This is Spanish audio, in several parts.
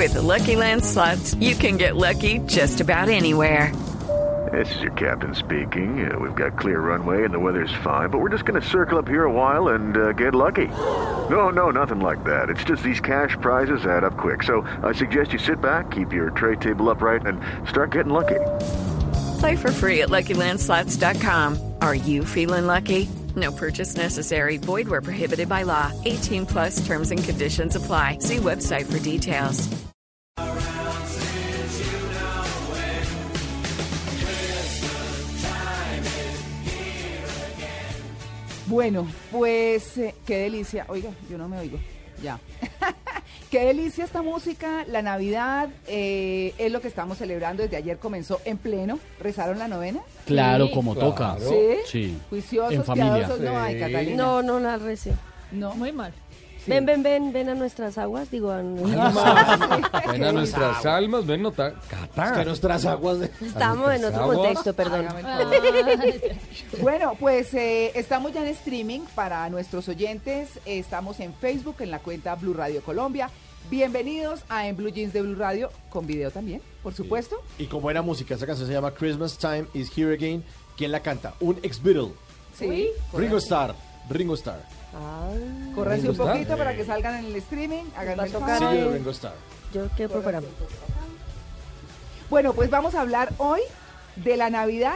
With the Lucky Land Slots, you can get lucky just about anywhere. This is your captain speaking. We've got clear runway and the weather's fine, but we're just going to circle up here a while and get lucky. No, nothing like that. It's just these cash prizes add up quick. So I suggest you sit back, keep your tray table upright, and start getting lucky. Play for free at LuckyLandSlots.com. Are you feeling lucky? No purchase necessary. Void where prohibited by law. 18 plus terms and conditions apply. See website for details. Bueno, pues qué delicia. Oiga, yo no me oigo. Ya. Qué delicia esta música. La Navidad es lo que estamos celebrando. Desde ayer comenzó en pleno. ¿Rezaron la novena? Claro, Sí. como toca. ¿Sí? Sí. Juiciosos, En familia. piadosos. No, ay, Catalina. No la recé. No. Muy mal. Sí. Ven a nuestras aguas, digo, a nuestras... Ven a nuestras almas, ven nota. Catá. Que nuestras aguas de... Estamos en otro aguas. contexto, perdón. Hágame el favor. Bueno, pues estamos ya en streaming para nuestros oyentes. Estamos en Facebook, en la cuenta Blue Radio Colombia. Bienvenidos a En Blue Jeans de Blue Radio, con video también, por supuesto. Y con buena música, esa canción se llama Christmas Time is Here Again. ¿Quién la canta? Un ex-Beatle. Sí. Ringo Starr. Córranse un Ringo Starr. poquito para que salgan en el streaming. Háganme Va a el tocar favor. Sí, Ringo Starr. Yo qué programa. Bueno, pues vamos a hablar hoy de la Navidad,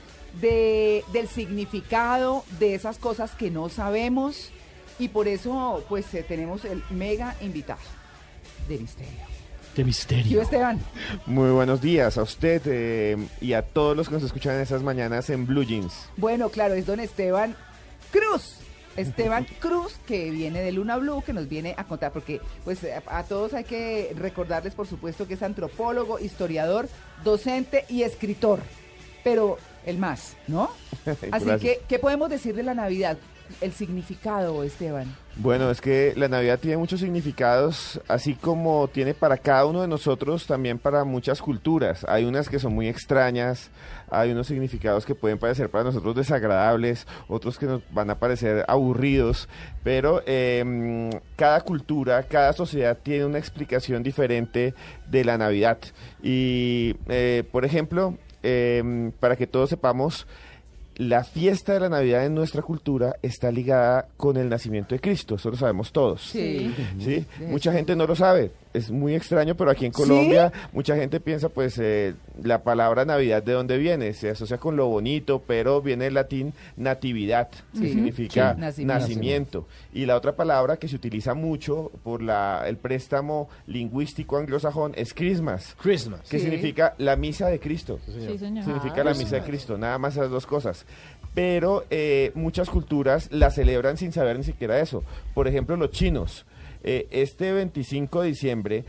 del significado de esas cosas que no sabemos, y por eso pues tenemos el mega invitado de misterio. De Tío misterio. Esteban. Muy buenos días a usted y a todos los que nos escuchan en esas mañanas en Blue Jeans. Bueno, claro, es don Esteban Cruz. Esteban Cruz, que viene de Luna Blue, que nos viene a contar, porque pues a todos hay que recordarles, por supuesto, que es antropólogo, historiador, docente y escritor, pero el más, ¿no? Así Gracias. que, ¿qué podemos decir de la Navidad? El significado, Esteban. Bueno, es que la Navidad tiene muchos significados, así como tiene para cada uno de nosotros, también para muchas culturas. Hay unas que son muy extrañas, hay unos significados que pueden parecer para nosotros desagradables, otros que nos van a parecer aburridos, pero cada cultura, cada sociedad tiene una explicación diferente de la Navidad. Y, por ejemplo, para que todos sepamos, la fiesta de la Navidad en nuestra cultura está ligada con el nacimiento de Cristo, eso lo sabemos todos. Sí. ¿Sí? Mucha gente no lo sabe, es muy extraño, pero aquí en Colombia mucha gente piensa, pues, la palabra Navidad, ¿de dónde viene? Se asocia con lo bonito, pero viene del latín natividad, que significa Sí, nacimiento. Y la otra palabra que se utiliza mucho por el préstamo lingüístico anglosajón es Christmas, Christmas. que Sí. significa la misa de Cristo. Sí, señor. Significa la misa de Cristo, nada más esas dos cosas. Pero muchas culturas la celebran sin saber ni siquiera eso. Por ejemplo, los chinos. Este 25 de diciembre,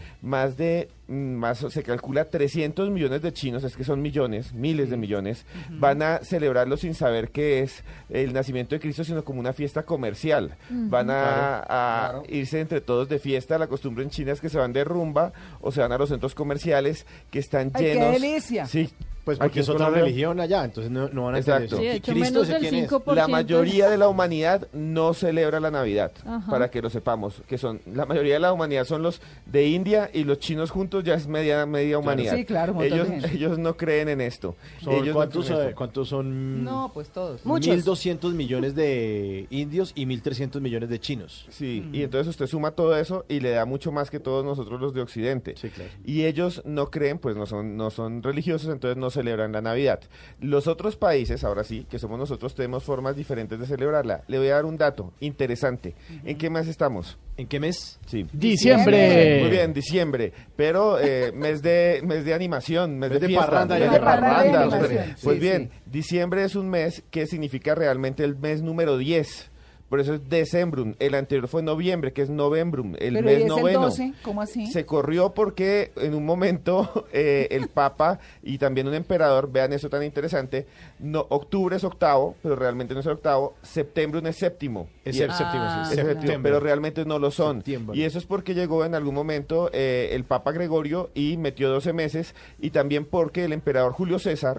se calcula 300 millones de chinos, es que son millones, miles de millones, van a celebrarlo sin saber qué es el nacimiento de Cristo, sino como una fiesta comercial. Van a irse entre todos de fiesta. La costumbre en China es que se van de rumba o se van a los centros comerciales que están ¡Ay, qué llenos. delicia! Sí. Pues Aquí porque en es otra Colombia, religión allá, entonces no van a entender Exacto. eso. Sí, de ¿Y hecho, Cristo menos sé del quién es? 5%. La mayoría de la humanidad no celebra la Navidad, Ajá. para que lo sepamos, que son la mayoría de la humanidad son los de India, y los chinos juntos ya es media humanidad. Sí, claro, un montón de gente. ellos no creen en esto. Ellos no ¿Cuántos, creen en esto. ¿Cuántos son? No, pues todos. Muchos. 1.200 millones de indios y 1.300 millones de chinos. Sí, y entonces usted suma todo eso y le da mucho más que todos nosotros los de Occidente. Sí, claro. Y ellos no creen, pues no son religiosos, entonces no celebran la Navidad. Los otros países, ahora sí, que somos nosotros, tenemos formas diferentes de celebrarla. Le voy a dar un dato interesante. ¿En qué mes estamos? ¿En qué mes? Sí. Diciembre. Muy bien, diciembre, pero mes de animación, mes Mes de de fiesta, parranda, mes ya. de Parranda y parranda. animación. Pues Sí, bien, sí. diciembre es un mes que significa realmente el mes número 10. Por eso es Decembrum. El anterior fue noviembre, que es Novembrum, el Pero mes ¿y es noveno. el 12? ¿Cómo así? Se corrió porque en un momento el Papa y también un emperador, vean eso tan interesante, octubre es octavo, pero realmente no es el octavo, septiembre es séptimo. Es Y el séptimo, sí. es séptimo, pero realmente no lo son. Septiembre. Y eso es porque llegó en algún momento el Papa Gregorio y metió 12 meses, y también porque el emperador Julio César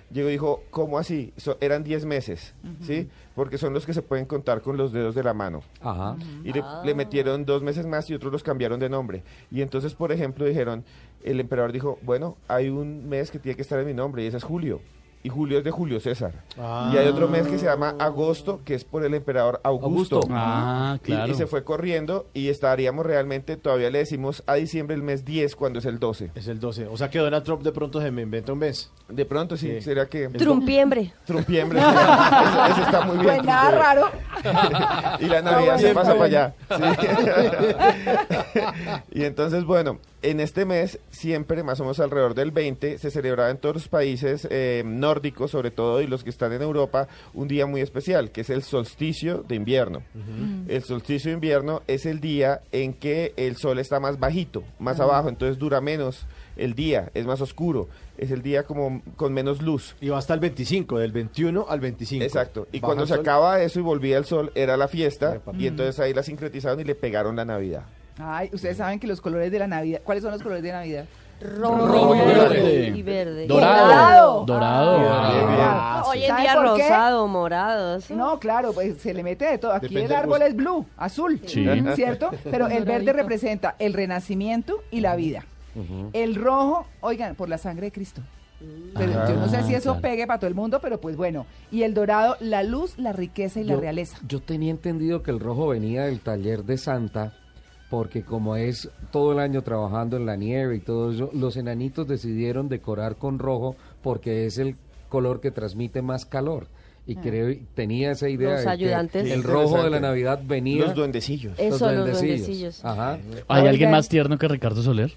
llegó y dijo, ¿cómo así? Eran 10 meses, ¿sí? Porque son los que se pueden contar con los dedos de la mano. Ajá. Y le metieron 2 meses más y otros los cambiaron de nombre. Y entonces, por ejemplo, el emperador dijo, bueno, hay un mes que tiene que estar en mi nombre y ese es julio. Y julio es de Julio César. Y hay otro mes que se llama agosto, que es por el emperador Augusto. Ah, claro. Y se fue corriendo y estaríamos realmente, todavía le decimos a diciembre el mes 10 cuando es el 12. Es el 12. O sea que Donald Trump de pronto se me inventa un mes. De pronto sí, Sí. sería que... Trumpiembre. Trumpiembre. Eso está muy bien. Pues nada porque- raro. Y la Navidad se bien, pasa está para allá. Sí. Y entonces, bueno, en este mes, siempre, más o menos alrededor del 20, se celebraba en todos los países nórdicos, sobre todo, y los que están en Europa, un día muy especial, que es el solsticio de invierno. El solsticio de invierno es el día en que el sol está más bajito, más abajo, entonces dura menos el día, es más oscuro, es el día como con menos luz. Y va hasta el 25, del 21 al 25. Exacto. Y Baja cuando el se sol. acaba eso y volvía el sol, era la fiesta, Epa. y entonces ahí la sincretizaron y le pegaron la Navidad. Ay, ustedes saben que los colores de la Navidad, ¿cuáles son los colores de Navidad? Rojo y verde. Y verde. Dorado. Dorado. Dorado. Bien, bien. Hoy en ¿Saben día por qué? rosado, morado. ¿sí? No, claro, pues se le mete de todo. Aquí Depende el del árbol gusto. es blue, azul, Sí. ¿cierto? Pero el verde representa el renacimiento y la vida. El rojo, oigan, por la sangre de Cristo. Pero yo no sé si eso claro. pegue para todo el mundo, pero pues bueno. Y el dorado, la luz, la riqueza y la realeza. Yo tenía entendido que el rojo venía del taller de Santa, porque como es todo el año trabajando en la nieve y todo eso, los enanitos decidieron decorar con rojo porque es el color que transmite más calor. Y creo, tenía esa idea Los de que ayudantes. el rojo de la Interesante. Navidad venía... Los duendecillos. Eso, los duendecillos. Ajá. ¿Hay alguien Oigan. más tierno que Ricardo Soler?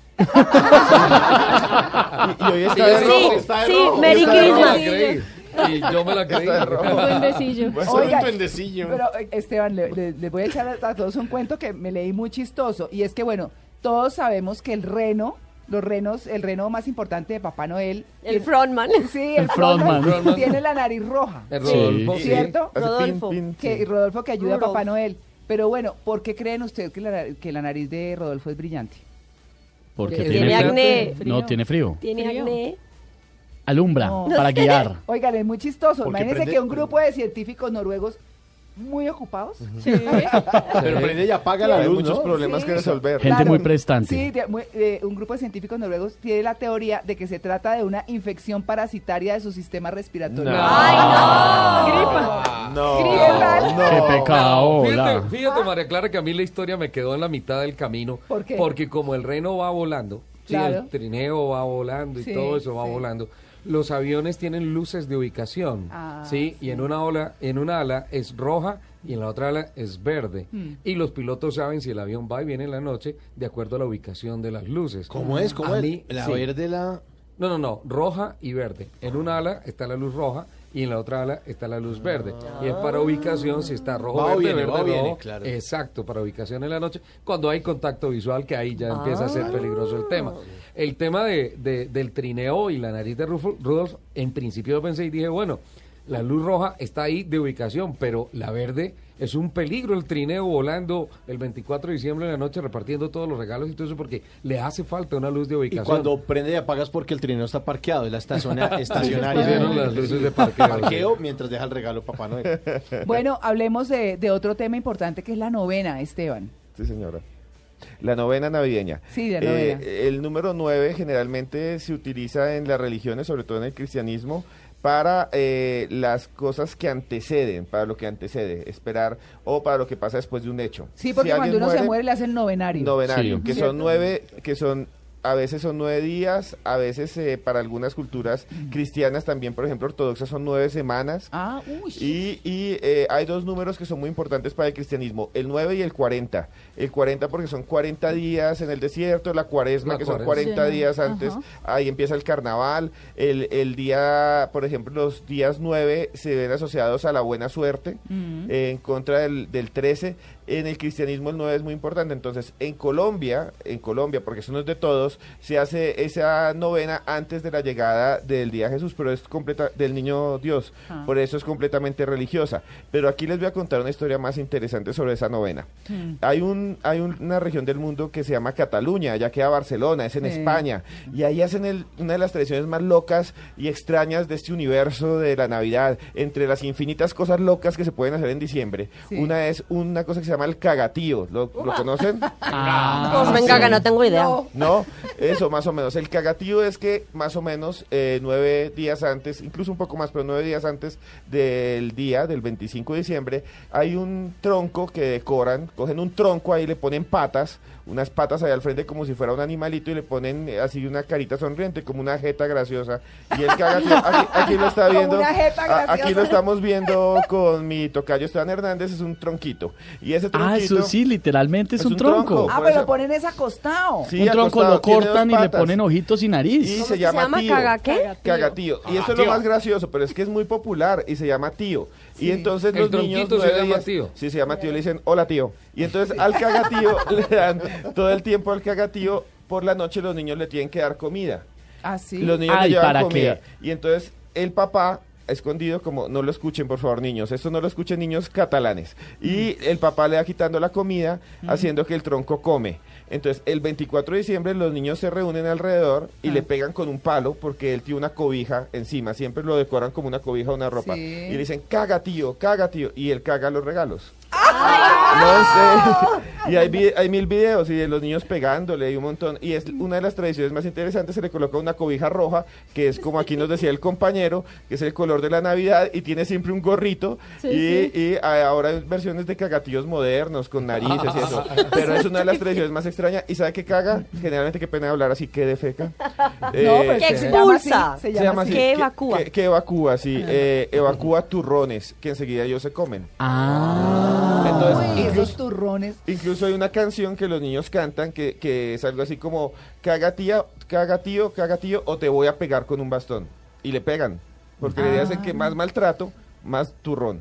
Y hoy está de Sí, rojo. está de sí, rojo. Merry Esa yo me la Christmas. creí. Y yo me la creí. Está de rojo. Duendecillo. Va a ser Oigan, un duendecillo. Pero Esteban, les voy a echar a todos un cuento que me leí muy chistoso. Y es que, bueno, todos sabemos que el reno más importante de Papá Noel. El frontman. Sí, El frontman. Frontman. tiene la nariz roja. El Sí. Rodolfo, sí. ¿Cierto? Hace Rodolfo. Que sí. Rodolfo que ayuda a Rudolf. Papá Noel. Pero bueno, ¿por qué creen ustedes que la nariz de Rodolfo es brillante? Porque Tiene tiene acné. No, tiene frío. Tiene Frío. acné. Alumbra No. para guiar. Oigan, es muy chistoso. Porque Imagínense prende- que un grupo de científicos noruegos muy ocupados. Pero prende y apaga la Hay luz, muchos ¿no? problemas Sí. que resolver. Gente muy prestante. Sí, un grupo de científicos noruegos tiene la teoría de que se trata de una infección parasitaria de su sistema respiratorio. No. ¡Ay, no! Gripa. No, ¡Qué pecado! hola. Fíjate, María Clara, que a mí la historia me quedó en la mitad del camino. ¿Por qué? Porque como el reno va volando, sí, Claro. el trineo va volando y Sí, todo eso va sí. volando, los aviones tienen luces de ubicación, Ah. ¿sí? Y en una ala es roja y en la otra ala es verde. Y los pilotos saben si el avión va y viene en la noche de acuerdo a la ubicación de las luces. ¿Cómo es? ¿Cómo A es? mí, La sí. verde, la... No, roja y verde. En una ala está la luz roja y en la otra ala está la luz verde. Y es para ubicación si está rojo, Va o verde, viene, verde, va o viene, rojo. claro. Exacto, para ubicación en la noche. Cuando hay contacto visual, que ahí ya empieza a ser peligroso el tema. El tema del trineo y la nariz de Rudolf, en principio yo pensé y dije, bueno, la luz roja está ahí de ubicación, pero la verde es un peligro, el trineo volando el 24 de diciembre en la noche repartiendo todos los regalos y todo eso porque le hace falta una luz de Y ubicación. cuando prende y apagas porque el trineo está parqueado, es la estacionaria. Pusieron las luces de parqueo. Parqueo mientras deja el regalo Papá Noel. Bueno, hablemos de otro tema importante que es la novena, Esteban. Sí, señora. La novena navideña. Sí, la novena. El número 9 generalmente se utiliza en las religiones, sobre todo en el cristianismo, para las cosas que anteceden, para lo que antecede, esperar, o para lo que pasa después de un hecho. Sí, porque Si cuando alguien uno se muere le hacen novenario. novenario, Sí. que ¿Cierto? son 9, a veces son 9 días, a veces para algunas culturas cristianas también, por ejemplo, ortodoxas son 9 semanas. Ah, uy. Y hay dos números que son muy importantes para el cristianismo, el 9 y el 40. El 40 porque son 40 días en el desierto, la cuaresma, La que son cuaresma. 40 Sí. días antes, Ajá. ahí empieza el carnaval. El día, por ejemplo, los días 9 se ven asociados a la buena suerte, en contra del 13. en el cristianismo el 9 es muy importante. Entonces, en Colombia, porque eso no es de todos, se hace esa novena antes de la llegada del día de Jesús, pero es completa del niño Dios. Por eso es completamente religiosa. Pero aquí les voy a contar una historia más interesante sobre esa novena. Hay una región del mundo que se llama Cataluña, allá queda Barcelona, es en España, y ahí hacen una de las tradiciones más locas y extrañas de este universo de la Navidad, entre las infinitas cosas locas que se pueden hacer en diciembre. Una es una cosa que se llama el cagatío. ¿Lo conocen? Pues venga, que no tengo idea. No, eso más o menos. El cagatío es que más o menos 9 días antes, incluso un poco más, pero 9 días antes del día, del 25 de diciembre, hay un tronco que decoran, cogen un tronco ahí, le ponen patas, unas patas ahí al frente como si fuera un animalito y le ponen así una carita sonriente, como una jeta graciosa. Y el cagatío, aquí lo está viendo, aquí lo estamos viendo con mi tocayo Esteban Hernández, es un tronquito. Y ese tronquito... eso sí, literalmente es un tronco. Pero lo ponen es acostado. Sí, un tronco acostado, lo cortan y le patas. ponen ojitos y nariz. Y ¿Cómo se llama tío. Cagatío? Y eso es lo más gracioso, pero es que es muy popular y se llama tío. Y entonces El los niños tronquito se 9 llama días, tío. Sí, se llama tío, le dicen hola tío. Y entonces al cagatío le dan todo el tiempo al cagatío, por la noche los niños le tienen que dar comida. Sí. Y los niños le Ay, llevan ¿para comida. qué? Y entonces el papá escondido, como no lo escuchen por favor niños, esto no lo escuchen niños catalanes, y el papá le va quitando la comida haciendo que el tronco come. Entonces el 24 de diciembre los niños se reúnen alrededor y le pegan con un palo porque él tiene una cobija encima, siempre lo decoran como una cobija o una ropa, y le dicen caga tío, y él caga los regalos. No sé. Y hay 1000 videos y de los niños pegándole, hay un montón. Y es una de las tradiciones más interesantes. Se le coloca una cobija roja, que es como aquí nos decía el compañero, que es el color de la Navidad, y tiene siempre un gorrito. Y ahora hay versiones de cagatillos modernos con narices y eso. Pero es una de las tradiciones más extrañas. ¿Y sabe qué caga? Generalmente, qué pena hablar así, que defeca. Que expulsa. Se llama así. Que evacúa. Que evacúa, sí. Evacúa turrones, que enseguida ellos se comen. Entonces, Esos turrones. Incluso hay una canción que los niños cantan que es algo así como caga tío, o te voy a pegar con un bastón. Y le pegan, porque le dicen que más maltrato, más turrón.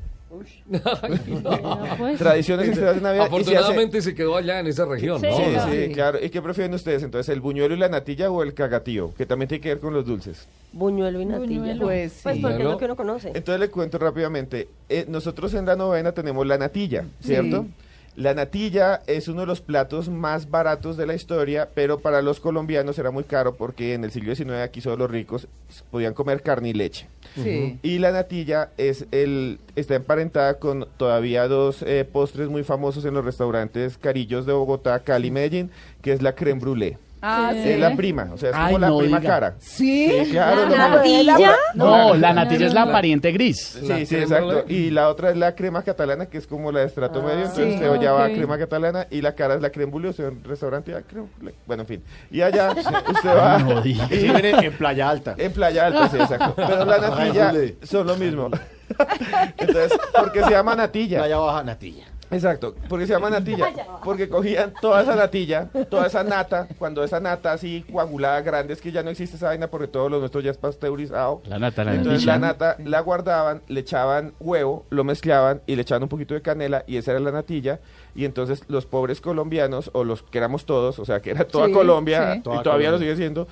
Tradiciones extrañas de Navidad. Afortunadamente se quedó allá en esa región, ¿no? Sí, claro. ¿Y qué prefieren ustedes entonces, el buñuelo y la natilla o el cagatío? Que también tiene que ver con los dulces. Buñuelo y natilla. Pues sí. Pues porque es lo que uno conoce. Entonces le cuento rápidamente. Nosotros en la novena tenemos la natilla, ¿cierto? Sí. La natilla es uno de los platos más baratos de la historia, pero para los colombianos era muy caro porque en el siglo XIX aquí solo los ricos podían comer carne y leche. Sí. Y la natilla está emparentada con todavía dos postres muy famosos en los restaurantes carillos de Bogotá, Cali, Medellín, que es la crème brûlée. Sí. Es la prima, o sea, es Ay, como la no prima diga. cara. Sí. Claro, ¿La no, natilla? No, la natilla es la pariente gris. Sí, exacto. Y la otra es la crema catalana, que es como la de estrato medio. Entonces usted ya va a crema catalana y la cara es la crème brûlée, o sea, un restaurante ya crème brûlée. Bueno, en fin. Y allá usted va... No diga. Sí, viene en Playa Alta. En Playa Alta, sí, exacto. Pero la natilla son lo mismo. Entonces, ¿por qué se llama natilla? Playa Baja, natilla. Exacto, porque se llama natilla, porque cogían toda esa natilla, toda esa nata, cuando esa nata así coagulada grande, es que ya no existe esa vaina porque todo lo nuestro ya es pasteurizado. La nata, Entonces natilla. la nata la guardaban, le echaban huevo, lo mezclaban y le echaban un poquito de canela y esa era la natilla. Y entonces los pobres colombianos, o los que éramos todos, o sea que era toda Sí, Colombia, sí. y Toda todavía lo Colombia. sigue siendo,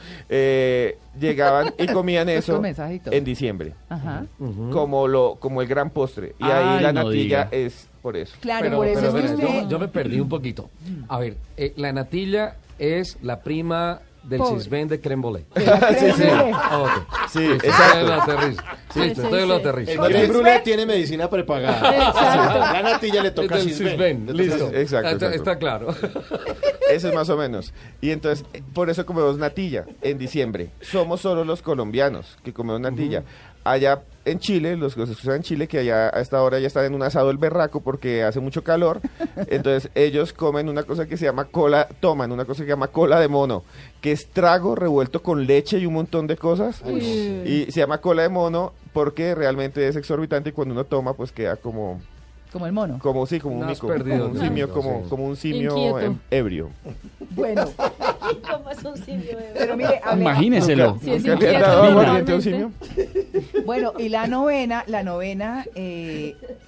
llegaban y comían eso Estos mensajitos. en diciembre, Ajá. como el gran postre. Y Ay, ahí la no natilla diga. es por eso. Claro, por eso es que pero, usted... yo me perdí un poquito. A ver, la natilla es la prima del Pobre. cisbén de crème brûlée. Sí, sí. Ok. Sí, Listo, exacto. entonces lo aterrizo. Listo, entonces lo aterrizo. El crème brûlée tiene medicina prepagada. Exacto. La natilla le toca Del cisbén, listo. Exacto, Está, exacto. está claro. Eso es más o menos. Y entonces, por eso comemos natilla en diciembre. Somos solo los colombianos que comemos natilla. Allá en Chile, los que están en Chile, que allá a esta hora ya están en un asado el berraco porque hace mucho calor. Entonces, ellos comen una cosa que se llama toman una cosa que se llama cola de mono, que es trago revuelto con leche y un montón de cosas. Y se llama cola de mono porque realmente es exorbitante y cuando uno toma, pues queda como Como el mono. un No mico, has perdido como un el simio, camino, sí. como un simio Inquieto. ebrio. Bueno, ¿Cómo es un simio? pero mire, a ver, Imagíneselo. Sí, es ¿Nunca le han inquieto, dado aguardiente a un totalmente. simio? bueno, y la novena,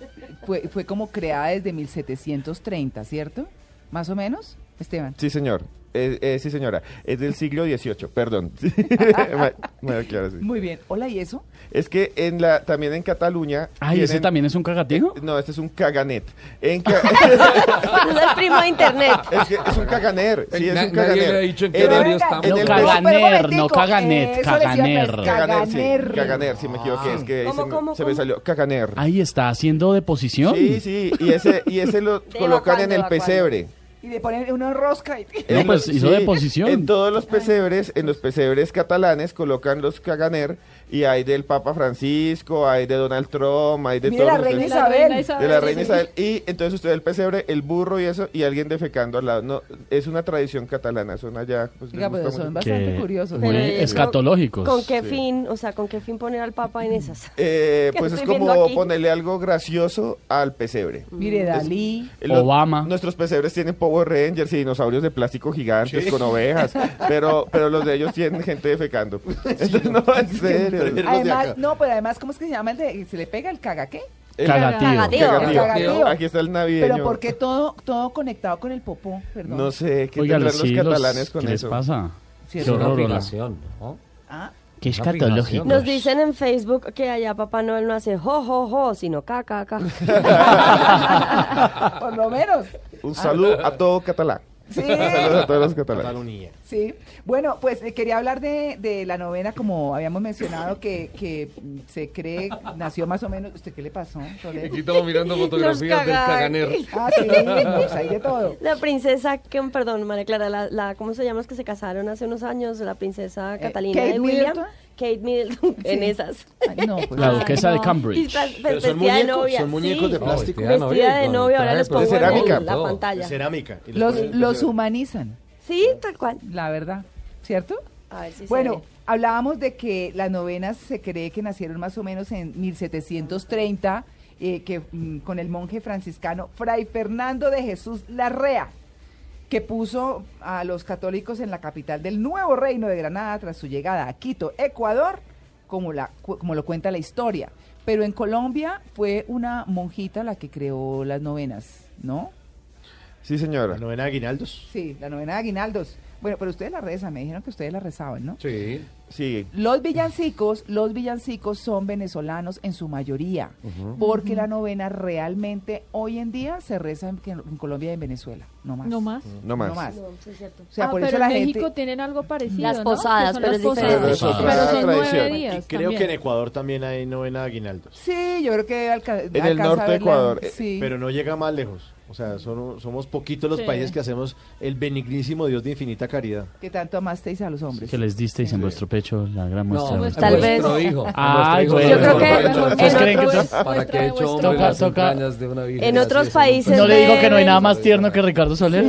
fue como creada desde 1730, ¿cierto? Más o menos, Esteban. Sí, señor. Sí, señora. Es del siglo XVIII, perdón. Claro, sí. Muy bien. Hola, ¿y eso? Es que también en Cataluña... Ay, ¿ese también es un cagatijo? No, este es un caganet. Es el primo de internet. Es un caganer. Sí, es un Nadie caganer. le ha dicho en qué horario estamos. No, el- caganer, no caganet, Eso decía, caganer. pues, Caganer, sí, me equivoqué. Es que se me salió caganer. Ahí está haciendo deposición. Sí, y ese lo colocan en el cuándo? pesebre. Y le ponen una rosca. No, pues hizo deposición. En todos los pesebres, en los pesebres catalanes colocan los caganer y hay del Papa Francisco, hay de Donald Trump, hay de Mire todos la los reina des- Isabel. de la reina Isabel. Y entonces usted el pesebre, el burro y eso, y alguien defecando al lado. No, es una tradición catalana, son allá. Pues, les Oiga, pero gusta son mucho. bastante Que- curiosos. Muy Pero eso, escatológicos. ¿Con qué fin? O sea, ¿con qué fin poner al Papa en esas? Pues es estoy viendo como aquí? ponerle algo gracioso al pesebre. Mire, Dalí. Obama. Nuestros pesebres tienen Power Rangers y dinosaurios de plástico gigantes con ovejas, pero los de ellos tienen gente defecando. Entonces, no, en serio. Además, pero además, ¿cómo es que se llama el de, se le pega el caga qué? Cagatío. Cagatío. Cagatío. Aquí está el navideño. Pero ¿por qué todo conectado con el popó? Perdón. No sé, ¿qué Oiga, tendrán sí, los catalanes con ¿qué les eso? pasa? Sí, Qué es Es una horror, fijación, ¿no? Ah, Qué Una escatológico. fijación. Nos dicen en Facebook que allá Papá Noel no hace jo, jo, jo, sino ca, ca, ca. por lo menos. Un saludo a todo catalán. Sí. Saludos a todos los catalanes. Cataluña. Sí, bueno, pues quería hablar de la novena, como habíamos mencionado, que se cree, nació más o menos. ¿Usted qué le pasó, Toledo? Aquí estamos mirando fotografías del caganer. Ah, sí, no, pues hay de todo. La princesa, perdón, María Clara, ¿cómo se llama? Es que se casaron hace unos años, la princesa Catalina Kate de William. Middleton. Kate Middleton, en Sí. esas. Ay, no, pues, La duquesa de Y Cambridge. Pero son vestida de muñecos, novia. son muñecos de sí. plástico. Vestida de novia, ahora les pongo de cerámica. en la De pantalla. cerámica. Y les Los, ponen el los pesebre. humanizan, Sí, tal cual. la verdad, ¿cierto? A ver si se Bueno, ve. hablábamos de que las novenas se cree que nacieron más o menos en 1730, con el monje franciscano Fray Fernando de Jesús Larrea, que puso a los católicos en la capital del nuevo reino de Granada tras su llegada a Quito, Ecuador, como lo cuenta la historia. Pero en Colombia fue una monjita la que creó las novenas, ¿no? Sí, señora. La novena de Aguinaldos. Sí, la novena de Aguinaldos. Bueno, pero ustedes la rezan, me dijeron que ustedes la rezaban, ¿no? Sí. Sí. Los villancicos son venezolanos en su mayoría, porque la novena realmente hoy en día se reza en Colombia y en Venezuela, no más. No más. No más. No más. No, sí es cierto. O sea, por pero eso la en México gente... tienen algo parecido, Las ¿no? posadas, Que son pero las es diferente. posadas. Pero es otra Pero son tradición. 9 Y días creo que en también. Ecuador también hay novena de Aguinaldos. Sí, yo creo que En el norte de Ecuador, Sí. Pero no llega más lejos. O sea, somos poquitos los Sí. países que hacemos el benignísimo Dios de infinita caridad. que tanto amasteis a los hombres. Que les disteis en vuestro pecho la gran muestra. No, de en Tal vez. vuestro hijo. en Ay, vuestro hijo. bueno. Yo creo que ¿Ustedes en creen que otros- to- ¿Para qué he hecho Vuestra- hombre las toca- entrañas de una virgen? En otros Así es, países No le digo que no hay nada beben. más tierno que Ricardo Soler.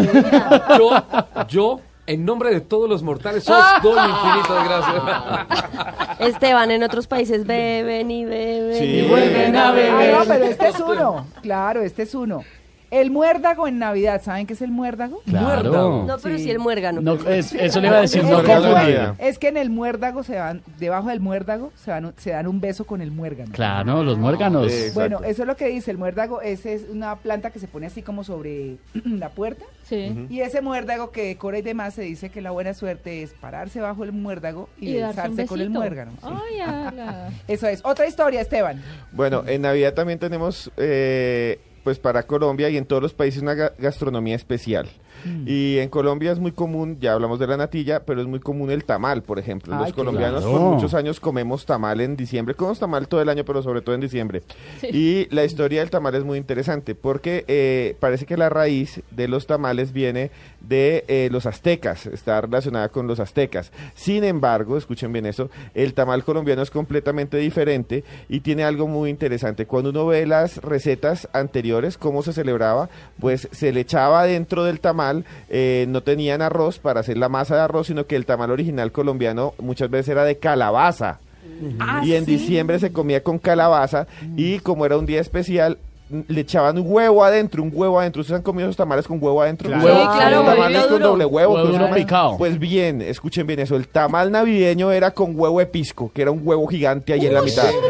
Yo, en nombre de todos los mortales, os doy infinito de gracias. Esteban, en otros países beben y beben Sí. y Y vuelven a Ah, beber. no, pero este es uno. Claro, este es uno. El muérdago en Navidad, ¿saben qué es el muérdago? Claro. No, pero Sí. sí el muérgano. No, eso le iba a decir, no Es que confundir. es que en el muérdago debajo del muérdago se dan un beso con el muérgano. Claro, los muérganos. Sí. Bueno, Exacto. eso es lo que dice el muérdago. Ese es una planta que se pone así como sobre la puerta. Sí. Y ese muérdago que decora y demás se dice que la buena suerte es pararse bajo el muérdago y, Y darse un besarse con el besito. muérgano. Sí. Ay, ala. Eso es. Otra historia, Esteban. Bueno, en Navidad también tenemos, pues para Colombia y en todos los países una gastronomía especial. Y en Colombia es muy común, ya hablamos de la natilla, pero es muy común el tamal, por ejemplo. Ay, Los qué colombianos claro. por muchos años comemos tamal en diciembre. Comemos tamal todo el año, pero sobre todo en diciembre. Sí. Y la historia del tamal es muy interesante porque parece que la raíz de los tamales viene de los aztecas, está relacionada con los aztecas. Sin embargo, escuchen bien eso, el tamal colombiano es completamente diferente y tiene algo muy interesante. Cuando uno ve las recetas anteriores, cómo se celebraba, pues se le echaba dentro del tamal, no tenían arroz para hacer la masa de arroz, sino que el tamal original colombiano muchas veces era de calabaza. Y en diciembre se comía con calabaza y como era un día especial, le echaban un huevo adentro. ¿Ustedes han comido esos tamales con huevo adentro? Claro. Huevo- Sí, claro, tamales huevito con duro. doble huevo. Huevo que duro usan- picado. Pues bien, escuchen bien eso. El tamal navideño era con huevo de pisco, que era un huevo gigante ahí en la mitad.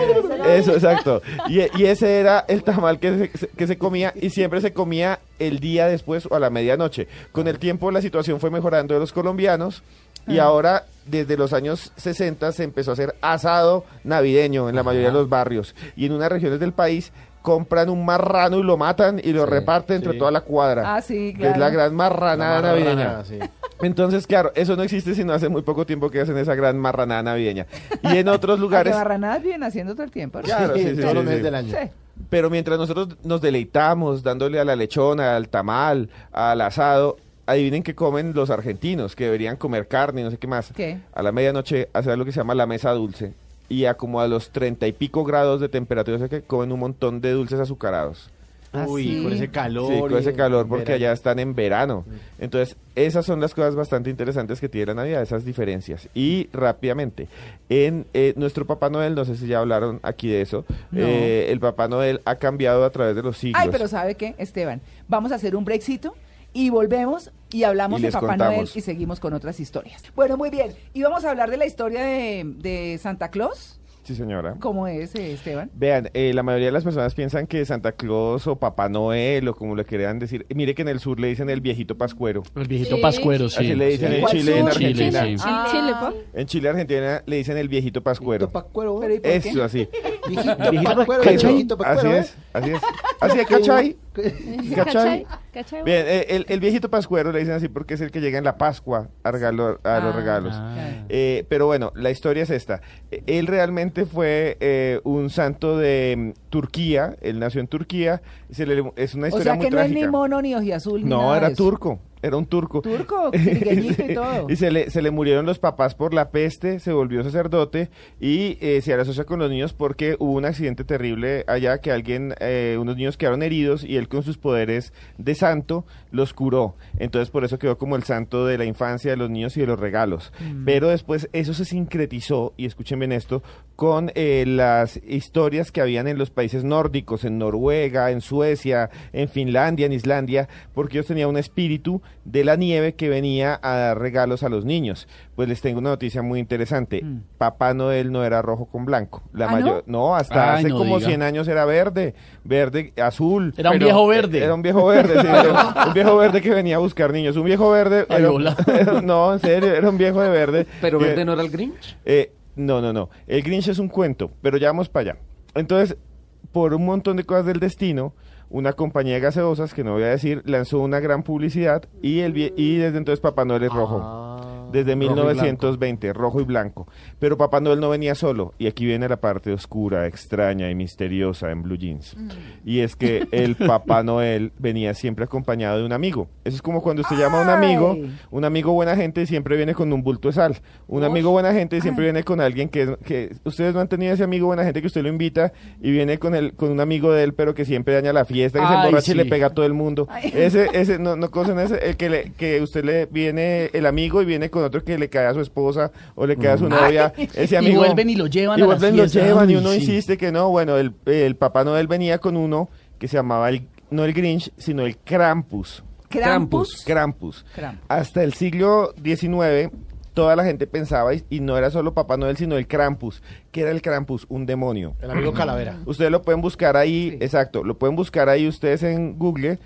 Eso, exacto. Y ese era el tamal que se comía y siempre se comía el día después o a la medianoche. Con el tiempo la situación fue mejorando de los colombianos y ahora desde los años 60 se empezó a hacer asado navideño en la mayoría de los barrios y en unas regiones del país compran un marrano y lo matan y lo reparten entre toda la cuadra. Ah, sí, Que claro. es la gran marranada navideña. Sí. Entonces, claro, eso no existe sino hace muy poco tiempo que hacen esa gran marranada navideña. Y en otros lugares... Porque barranadas vienen haciendo todo el tiempo, ¿no? Claro, sí, todos los sí, meses sí. del año. Sí. Pero mientras nosotros nos deleitamos dándole a la lechona, al tamal, al asado, adivinen qué comen los argentinos, que deberían comer carne y no sé qué más. ¿Qué? A la medianoche hacen lo que se llama la mesa dulce. Y a como a los 30 y pico grados de temperatura, o sea que comen un montón de dulces azucarados. Uy, sí. con ese calor. Sí, con ese y calor, porque verano. allá están en verano. Entonces, esas son las cosas bastante interesantes que tiene la Navidad, esas diferencias. Y rápidamente, en nuestro Papá Noel, no sé si ya hablaron aquí de eso, No. el Papá Noel ha cambiado a través de los siglos. Ay, pero ¿sabe qué, Esteban? Vamos a hacer un brexito y volvemos y hablamos Y de les Papá contamos. Noel y seguimos con otras historias. Bueno, muy bien. Y vamos a hablar de la historia de Santa Claus. Sí, señora. ¿Cómo es, Esteban? Vean, la mayoría de las personas piensan que Santa Claus o Papá Noel o como le quieran decir, mire que en el sur le dicen el viejito pascuero. El viejito Sí. pascuero, sí. Así le dicen ¿En en cuál Chile y en sur? Argentina. Chile, sí. Chile, pa. En Chile y Argentina le dicen el viejito pascuero. Pacuero. Pero ¿y por Eso, qué? así. Viejito Viejito Pacuero, ¿cachai? viejito Pacuero, Así ¿eh? es, así es. Así es, ¿cachai? ¿Cachai? ¿Cachai? Bien, el viejito pascuero le dicen así porque es el que llega en la Pascua a los regalos. Ah. Pero bueno, la historia es esta. Él realmente fue un santo de Turquía. Él nació en Turquía. Es una O historia sea muy que no es trágica. ni mono ni ojiazul ni No, nada era de eso. turco. Era un turco. Turco, trigueñito y todo. Y se le murieron los papás por la peste, se volvió sacerdote y se asocia con los niños porque hubo un accidente terrible allá que unos niños quedaron heridos y él con sus poderes de santo los curó. Entonces por eso quedó como el santo de la infancia, de los niños y de los regalos. Pero después eso se sincretizó, y escuchen bien esto, con las historias que habían en los países nórdicos, en Noruega, en Suecia, en Finlandia, en Islandia, porque ellos tenían un espíritu de la nieve que venía a dar regalos a los niños. Pues les tengo una noticia muy interesante. Papá Noel no era rojo con blanco. No, hasta Ay, hace no como diga. 100 años era verde, azul. Era un pero- viejo verde. Era un viejo verde, sí, era un viejo verde que venía a buscar niños. Un viejo verde. Ay, hola. No, en serio, era un viejo de verde. Pero Que- verde no era el Grinch. no. El Grinch es un cuento, pero ya vamos para allá. Entonces, por un montón de cosas del destino, una compañía de gaseosas, que no voy a decir, lanzó una gran publicidad y desde entonces Papá Noel es rojo. Desde Rojo y 1920, rojo y blanco. Pero Papá Noel no venía solo. Y aquí viene la parte oscura, extraña y misteriosa en Blue Jeans. Y es que el Papá Noel venía siempre acompañado de un amigo. Eso es como cuando usted llama a Ay. un amigo buena gente y siempre viene con un bulto de sal. Un amigo buena gente y siempre viene con alguien que ustedes no han tenido ese amigo buena gente que usted lo invita y viene con un amigo de él, pero que siempre daña la fiesta, que se Ay, emborracha y le sí. pega a todo el mundo. Ay. Ese no conocen ese, el que usted le viene el amigo y viene con otro que le cae a su esposa o le cae a su novia. Ese Y amigo vuelven y lo llevan y a las vuelven y lo fiestas. llevan y Uy, uno sí. insiste que no. Bueno, el Papá Noel venía con uno que se llamaba no el Grinch, sino el Krampus. Krampus. Krampus. Krampus. Hasta el siglo XIX toda la gente pensaba, y no era solo Papá Noel, sino el Krampus. ¿Qué era el Krampus? Un demonio. El amigo Calavera. Ustedes lo pueden buscar ahí, Sí. exacto, lo pueden buscar ahí ustedes en Google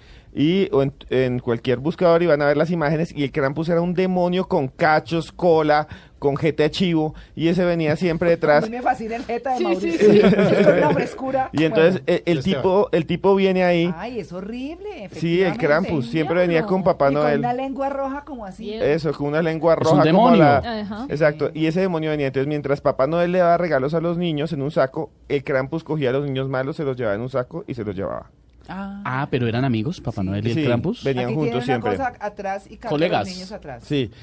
o en cualquier buscador y van a ver las imágenes. Y el Krampus era un demonio con cachos, cola, con jeta de chivo, y ese venía siempre A detrás. mí me fascina el jeta de Sí, Mauricio. sí, sí. Es con una frescura. Y entonces Bueno. el tipo viene ahí. Ay, es horrible. Sí, el efectivamente. Krampus siempre venía con Papá Y con Noel. una lengua roja como así. Bien. Eso, con una lengua Es un roja como demonio. la... Ajá. Exacto, y ese demonio venía. Entonces, mientras Papá Noel le daba regalos a los niños en un saco, el Krampus cogía a los niños malos, se los llevaba en un saco y se los llevaba. Ah, pero eran amigos, Papá Noel y el Sí, Krampus. venían Aquí juntos tiene una siempre. cosa atrás y cambia Colegas. los niños atrás. Sí,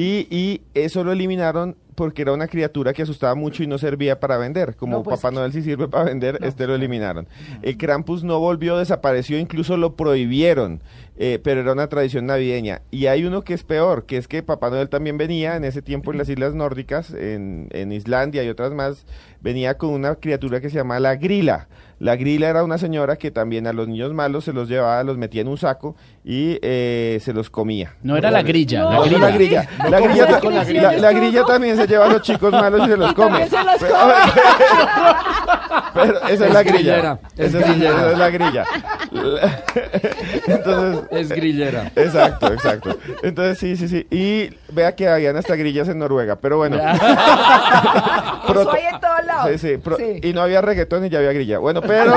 y eso lo eliminaron porque era una criatura que asustaba mucho y no servía para vender. Como No, pues, Papá Noel sí sirve para vender, lo eliminaron. El Krampus no volvió, desapareció, incluso lo prohibieron, pero era una tradición navideña. Y hay uno que es peor, que es que Papá Noel también venía en ese tiempo en las islas nórdicas, en Islandia y otras más, venía con una criatura que se llama la grila. La grila era una señora que también a los niños malos se los llevaba, los metía en un saco y se los comía. No era la grilla, No, la No, grilla. la grilla. La grilla, con la la grilla también se lleva a los chicos malos y se los come. También se los come. Pero esa es la grilla. grillera, es Esa grillera. esa es la grilla. Entonces, Es grillera. exacto. Entonces, sí. Y vea que habían hasta grillas en Noruega, pero bueno. Eso hay en todos lados. Sí. Sí. Y no había reggaetón y ya había grilla. Bueno, pero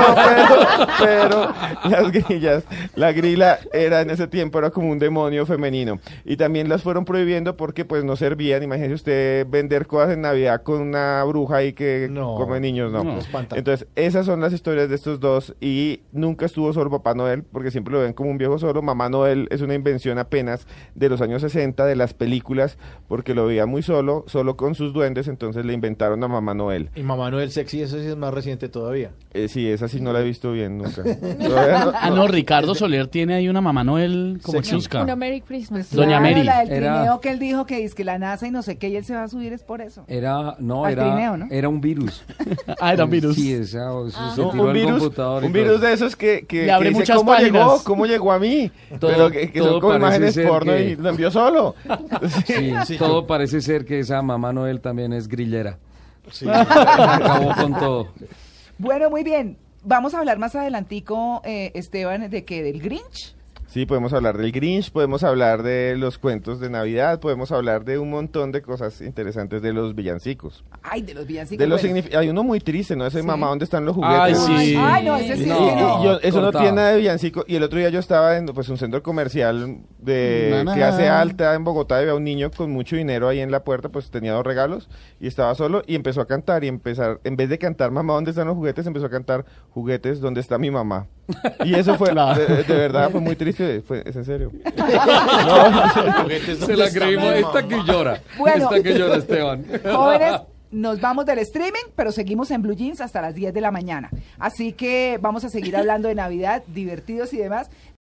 las grillas, la grilla era en ese tiempo era como un demonio femenino. Y también las fueron prohibiendo porque pues no servían. Imagínese usted vender cosas en Navidad con una bruja ahí que No. come niños, no. No. Espanta. Entonces, esas son las historias de estos dos y nunca estuvo solo Papá Noel porque siempre lo ven como un viejo solo. Mamá Noel es una invención apenas de los años 60 de las películas porque lo veía muy solo con sus duendes, entonces le inventaron a Mamá Noel. Y Mamá Noel Sexy, eso sí es más reciente todavía. Sí, esa sí no la he visto bien nunca. Todavía No, Ricardo Soler tiene ahí una mamá Noel como Sexy. chusca. Una Merry Christmas. Doña Claro, Mary. la del Era- trineo que él dijo que es que la NASA y no sé qué, y él se va a subir es por eso. Era trineo, ¿no? era un virus. Ah, era un virus. Sí, eso se No, tiró un el virus, computador y un todo. virus de esos que Le abre dice, muchas ¿cómo páginas. llegó? ¿Cómo llegó a mí? Todo- Pero que todo son como parece imágenes ser porno que- y lo envió solo. Sí, Sí, todo parece ser que esa Mamá Noel también es grillera. Sí. Acabó con todo. Bueno, muy bien. Vamos a hablar más adelantico, Esteban, de que del Grinch. Sí, podemos hablar del Grinch, podemos hablar de los cuentos de Navidad, podemos hablar de un montón de cosas interesantes de los villancicos. Ay, de los villancicos. De los bueno. hay uno muy triste, ¿no? Ese Sí. Mamá, ¿dónde están los juguetes? Ay, sí. Ay, no, ese sí. No. es que no. Y eso no Cortado. tiene nada de villancico. Y el otro día yo estaba en pues, un centro comercial de Na, na. clase alta en Bogotá y había un niño con mucho dinero ahí en la puerta, pues tenía 2 regalos y estaba solo y empezó a cantar en vez de cantar Mamá, ¿dónde están los juguetes? Empezó a cantar Juguetes, ¿dónde está mi mamá? Y eso fue, Claro. de verdad, fue muy triste, es en serio. Juguetes, Se ¿dónde la está creímos. mi Esta mamá? que llora. Bueno. Esta que llora, Esteban. Jóvenes, nos vamos del streaming, pero seguimos en Blue Jeans hasta las 10 de la mañana. Así que vamos a seguir hablando de Navidad, divertidos y demás.